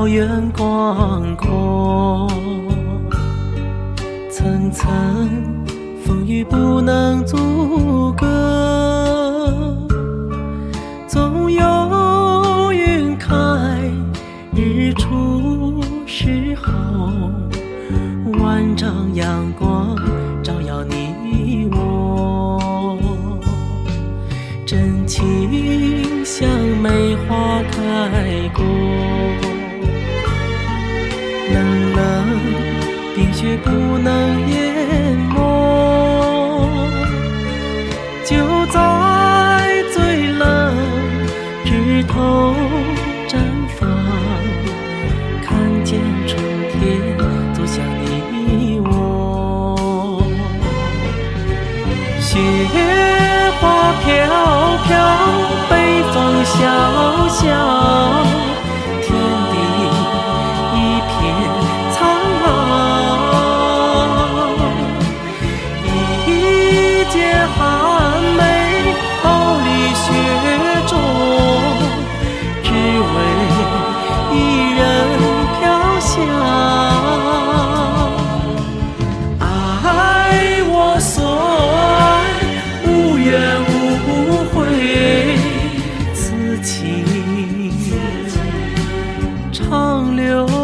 高原广阔，层层风雨不能阻隔，总有云开日出时候，万丈阳光照耀你我，真情像梅花开过，冷冷冰雪不能淹没，就在最冷枝头绽放，看见春天走向你我。雪花飘飘，北风萧萧，天地一片苍茫，一介寒梅傲立雪中，只为一人飘香。爱我所爱，无怨无悔，此情长留。